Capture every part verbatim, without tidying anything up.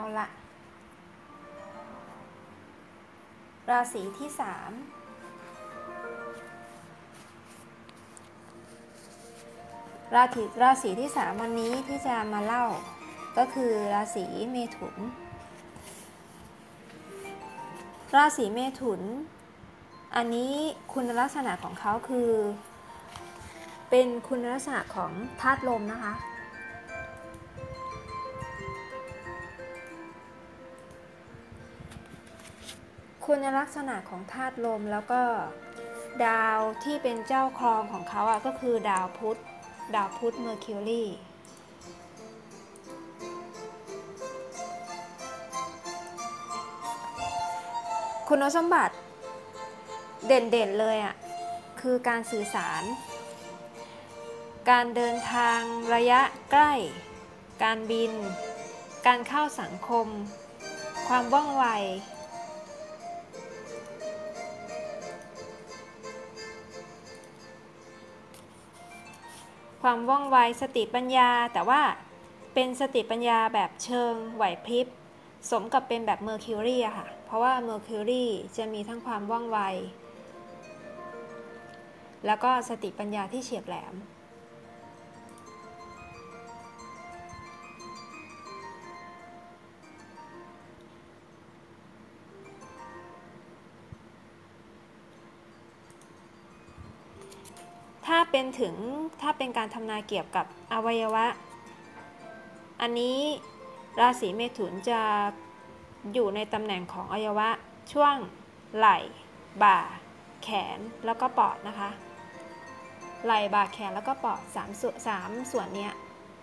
ละราศีที่สามราศีราศีที่สามวันนี้ที่จะมาเล่าก็คือราศีเมถุนราศีเมถุนอันนี้คุณลักษณะของเขาคือเป็นคุณลักษณะของธาตุลมนะคะคุณลักษณะของธาตุลมแล้วก็ดาวที่เป็นเจ้าครองของเขาอ่ะก็คือดาวพุธดาวพุธเมอร์คิวรีคุณสมบัติเด่นๆเลยอ่ะคือการสื่อสารการเดินทางระยะใกล้การบินการเข้าสังคมความว่องไวความว่องไวสติปัญญาแต่ว่าเป็นสติปัญญาแบบเชิงไหวพริบสมกับเป็นแบบเมอร์คิวรีอะค่ะเพราะว่าเมอร์คิวรีจะมีทั้งความว่องไวแล้วก็สติปัญญาที่เฉียบแหลมถ้าเป็นถึงถ้าเป็นการทำนายเกี่ยวกับอวัยวะอันนี้ราศีเมถุนจะอยู่ในตำแหน่งของอวัยวะช่วงไหล่บ่าแขนแล้วก็ปอดนะคะไหล่บ่าแขนแล้วก็ปอดสามส่วนสามส่วนเนี้ย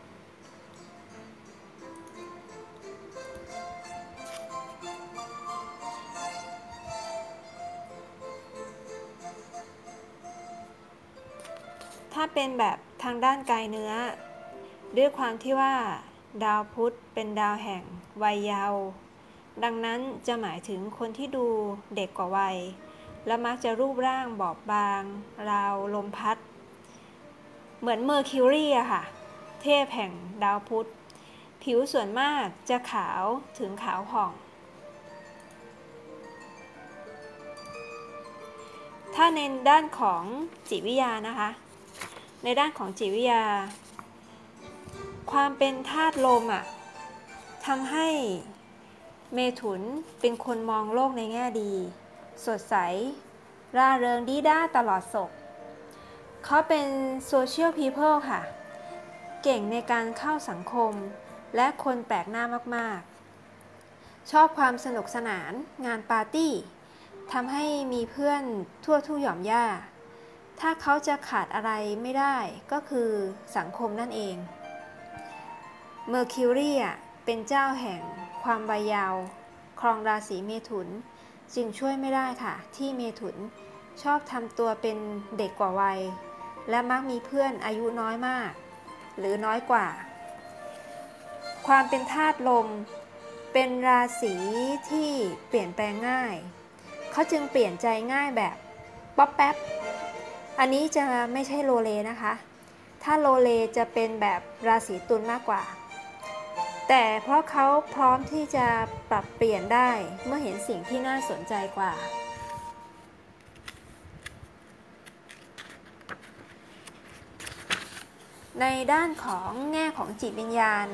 ถ้าเป็นแบบทางด้านกายเนื้อด้วยความที่ว่าดาวพุธเป็นดาวแห่งวัยเยาว์ดังนั้นจะหมายถึงคนที่ดูเด็กกว่าวัยและมักจะรูปร่างบอบบางราวลมพัดเหมือนเมอร์คิวรีอะค่ะเทพแห่งดาวพุธผิวส่วนมากจะขาวถึงขาวผ่องถ้าในด้านของจิตวิทยานะคะในด้านของจิตวิทยาความเป็นธาตุลมอ่ะทำให้เมถุนเป็นคนมองโลกในแง่ดีสดใสร่าเริงดีด้าตลอดศกเขาเป็นโซเชียลพีเพิลค่ะเก่งในการเข้าสังคมและคนแปลกหน้ามากๆชอบความสนุกสนานงานปาร์ตี้ทำให้มีเพื่อนทั่วทุกหย่อมย่าถ้าเขาจะขาดอะไรไม่ได้ก็คือสังคมนั่นเองเมอร์คิวรีเป็นเจ้าแห่งความวัยเยาว์ครองราศีเมถุนจึงช่วยไม่ได้ค่ะที่เมถุนชอบทำตัวเป็นเด็กกว่าวัยและมักมีเพื่อนอายุน้อยมากหรือน้อยกว่าความเป็นธาตุลมเป็นราศีที่เปลี่ยนแปลงง่ายเขาจึงเปลี่ยนใจง่ายแบบป๊อปแป๊บอันนี้จะไม่ใช่โลเลนะคะถ้าโลเลจะเป็นแบบราศีตุลมากกว่าแต่เพราะเขาพร้อมที่จะปรับเปลี่ยนได้เมื่อเห็นสิ่งที่น่าสนใจกว่าในด้านของแง่ของจิตวิญญาณ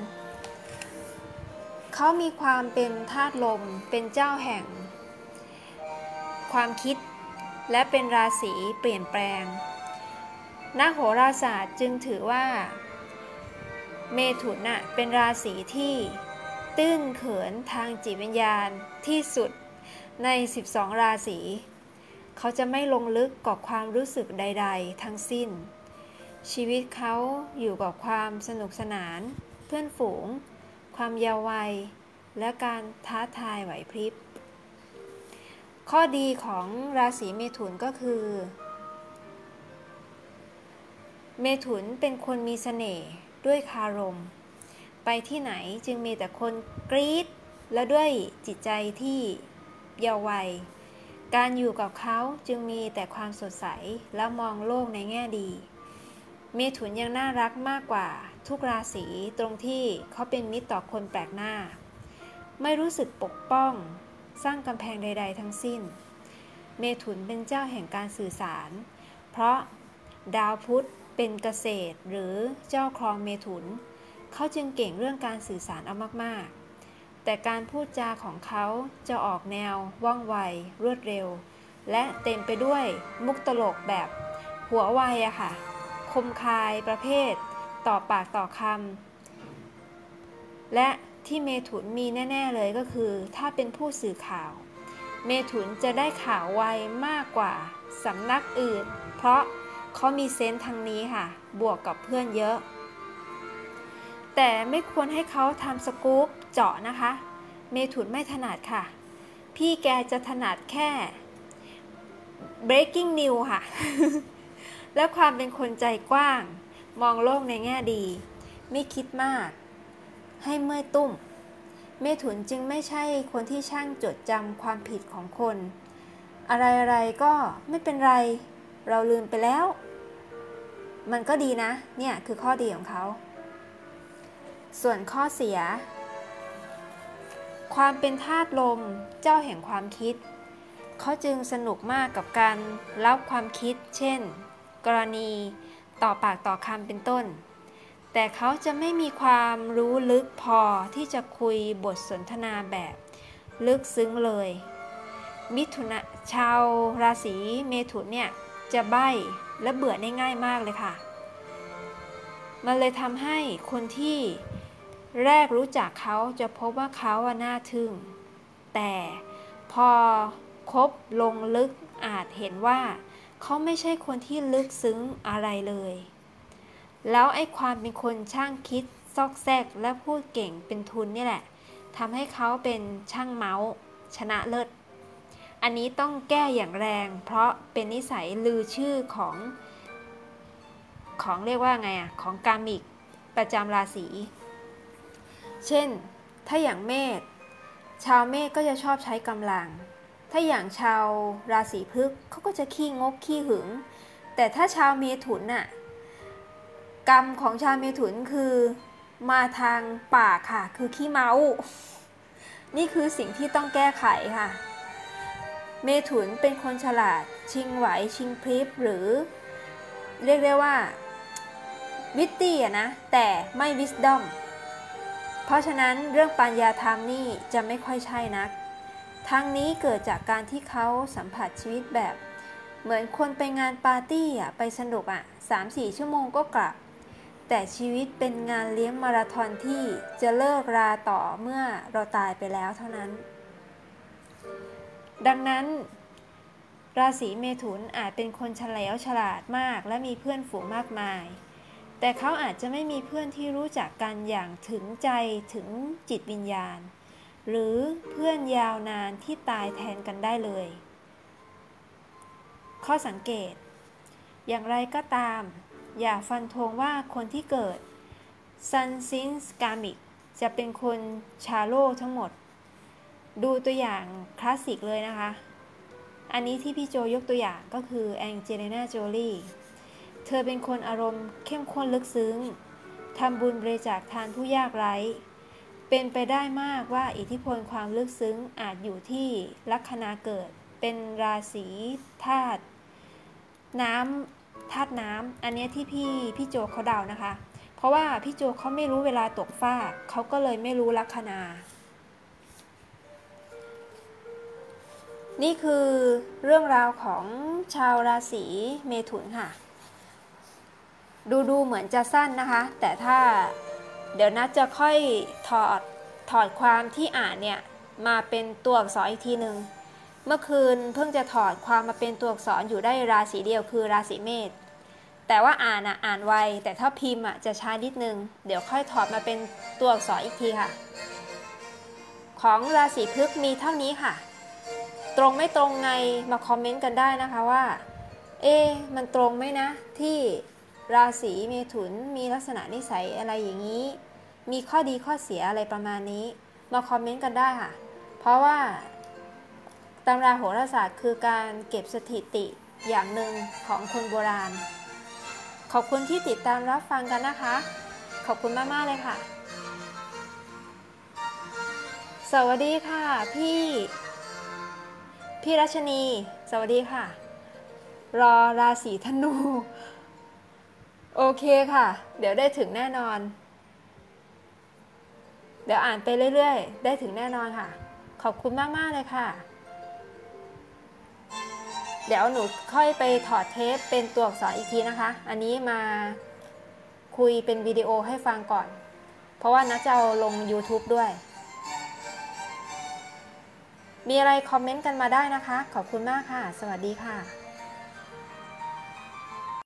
เขามีความเป็นธาตุลมเป็นเจ้าแห่งความคิดและเป็นราศีเปลี่ยนแปลงนักโหราศาสตร์จึงถือว่าเมถุนน่ะเป็นราศีที่ตื้นเขินทางจิตวิญญาณที่สุดในสิบสองราศีเขาจะไม่ลงลึกกับความรู้สึกใดๆทั้งสิ้นชีวิตเขาอยู่กับความสนุกสนานเพื่อนฝูงความเยาว์วัยและการท้าทายไหวพริบข้อดีของราศีเมถุนก็คือเมถุนเป็นคนมีเสน่ห์ด้วยคารมไปที่ไหนจึงมีแต่คนกรี๊ดและด้วยจิตใจที่เยาว์วัยการอยู่กับเขาจึงมีแต่ความสดใสและมองโลกในแง่ดีเมถุนยังน่ารักมากกว่าทุกราศีตรงที่เขาเป็นมิตรต่อคนแปลกหน้าไม่รู้สึกปกป้องสร้างกำแพงใดๆทั้งสิ้นเมถุนเป็นเจ้าแห่งการสื่อสารเพราะดาวพุธเป็นเกษตรหรือเจ้าครองเมถุนเขาจึงเก่งเรื่องการสื่อสารเอามากๆแต่การพูดจาของเขาจะออกแนวว่องไวรวดเร็วและเต็มไปด้วยมุกตลกแบบหัวไวอะค่ะคมคายประเภทต่อปากต่อคำและที่เมถุนมีแน่ๆเลยก็คือถ้าเป็นผู้สื่อข่าวเมถุนจะได้ข่าวไวมากกว่าสำนักอื่นเพราะเขามีเซนส์ทางนี้ค่ะบวกกับเพื่อนเยอะแต่ไม่ควรให้เขาทำสกู๊ปเจาะนะคะเมถุนไม่ถนัดค่ะพี่แกจะถนัดแค่ breaking news ค่ะ และความเป็นคนใจกว้างมองโลกในแง่ดีไม่คิดมากให้เมื่อยตุ้มเมถุนจึงไม่ใช่คนที่ช่างจดจำความผิดของคนอะไรๆก็ไม่เป็นไรเราลืมไปแล้วมันก็ดีนะเนี่ยคือข้อดีของเขาส่วนข้อเสียความเป็นธาตุลมเจ้าแห่งความคิดเขาจึงสนุกมากกับการเล่าความคิดเช่นกรณีต่อปากต่อคำเป็นต้นแต่เขาจะไม่มีความรู้ลึกพอที่จะคุยบทสนทนาแบบลึกซึ้งเลยมิถุนชาวราศีเมถุนเนี่ยจะใบ้และเบื่อได้ง่ายมากเลยค่ะมันเลยทำให้คนที่แรกรู้จักเขาจะพบว่าเขาว่าน่าทึ่งแต่พอคบลงลึกอาจเห็นว่าเขาไม่ใช่คนที่ลึกซึ้งอะไรเลยแล้วไอ้ความเป็นคนช่างคิดซอกแซกและพูดเก่งเป็นทุนนี่แหละทำให้เขาเป็นช่างเมาส์ชนะเลิศอันนี้ต้องแก้อย่างแรงเพราะเป็นนิสัยลือชื่อของของเรียกว่าไงอ่ะของกามิกประจำราศีเช่นถ้าอย่างเมษชาวเมษก็จะชอบใช้กำลังถ้าอย่างชาวราศีพฤกษ์เขาก็จะขี้งกขี้หึงแต่ถ้าชาวเมถุนน่ะกรรมของชาวเมถุนคือมาทางปากค่ะคือขี้เมานี่คือสิ่งที่ต้องแก้ไขค่ะเมถุนเป็นคนฉลาดชิงไหวชิงพริบหรือเรียกได้ว่าวิตตี้อะนะแต่ไม่วิสดอมเพราะฉะนั้นเรื่องปัญญาธรรมนี่จะไม่ค่อยใช่นักทั้งนี้เกิดจากการที่เขาสัมผัสชีวิตแบบเหมือนคนไปงานปาร์ตี้อ่ะไปสนุกอ่ะ สามถึงสี่ ชั่วโมงก็กลับแต่ชีวิตเป็นงานเลี้ยงมาราธอนที่จะเลิกราต่อเมื่อเราตายไปแล้วเท่านั้นดังนั้นราศีเมถุนอาจเป็นคนเฉลียวฉลาดมากและมีเพื่อนฝูงมากมายแต่เขาอาจจะไม่มีเพื่อนที่รู้จักกันอย่างถึงใจถึงจิตวิญญาณหรือเพื่อนยาวนานที่ตายแทนกันได้เลยข้อสังเกตอย่างไรก็ตามอย่าฟันธงว่าคนที่เกิด Sun Sign Karmic จะเป็นคนชาโลทั้งหมดดูตัวอย่างคลาสสิกเลยนะคะอันนี้ที่พี่โจยกตัวอย่างก็คือแองเจลิน่าโจลีเธอเป็นคนอารมณ์เข้มข้นลึกซึ้งทำบุญบริจาคทานผู้ยากไร้เป็นไปได้มากว่าอิทธิพลความลึกซึ้งอาจอยู่ที่ลัคนาเกิดเป็นราศีธาตุน้ำธาตุน้ำอันนี้ที่พี่พี่โจเขาเดานะคะเพราะว่าพี่โจเขาไม่รู้เวลาตกฟากเขาก็เลยไม่รู้ลัคนานี่คือเรื่องราวของชาวราศีเมถุนค่ะดูดูเหมือนจะสั้นนะคะแต่ถ้าเดี๋ยวนัดจะค่อยถอดถอดความที่อ่านเนี่ยมาเป็นตัวอักษรอีกทีหนึ่งเมื่อคืนเพิ่งจะถอดความมาเป็นตัวอักษรอยู่ได้ราศีเดียวคือราศีเมษแต่ว่าอ่านอ่ะอ่านไวแต่ถ้าพิมพ์อ่ะจะช้านิดนึงเดี๋ยวค่อยถอดมาเป็นตัวอักษรอีกทีค่ะของราศีพฤกษ์มีเท่านี้ค่ะตรงไม่ตรงไงมาคอมเมนต์กันได้นะคะว่าเอ๊ะมันตรงไหมนะที่ราศีเมถุนมีลักษณะนิสัยอะไรอย่างนี้มีข้อดีข้อเสียอะไรประมาณนี้มาคอมเมนต์กันได้ค่ะเพราะว่าตำราโหราศาสตร์คือการเก็บสถิติอย่างหนึ่งของคนโบราณขอบคุณที่ติดตามรับฟังกันนะคะขอบคุณมากๆเลยค่ะสสวัสดีค่ะพี่พี่รัชนี สวัสดีค่ะ รอราศีธนู โอเคค่ะ เดี๋ยวได้ถึงแน่นอน เดี๋ยวอ่านไปเรื่อยๆ ได้ถึงแน่นอนค่ะ ขอบคุณมากๆเลยค่ะ เดี๋ยวหนูค่อยไปถอดเทปเป็นตัวอักษรอีกทีนะคะ อันนี้มาคุยเป็นวิดีโอให้ฟังก่อน เพราะว่านัดจะเอาลง YouTube ด้วย มีอะไรคอมเมนต์กันมาได้นะคะ ขอบคุณมากค่ะ สวัสดีค่ะ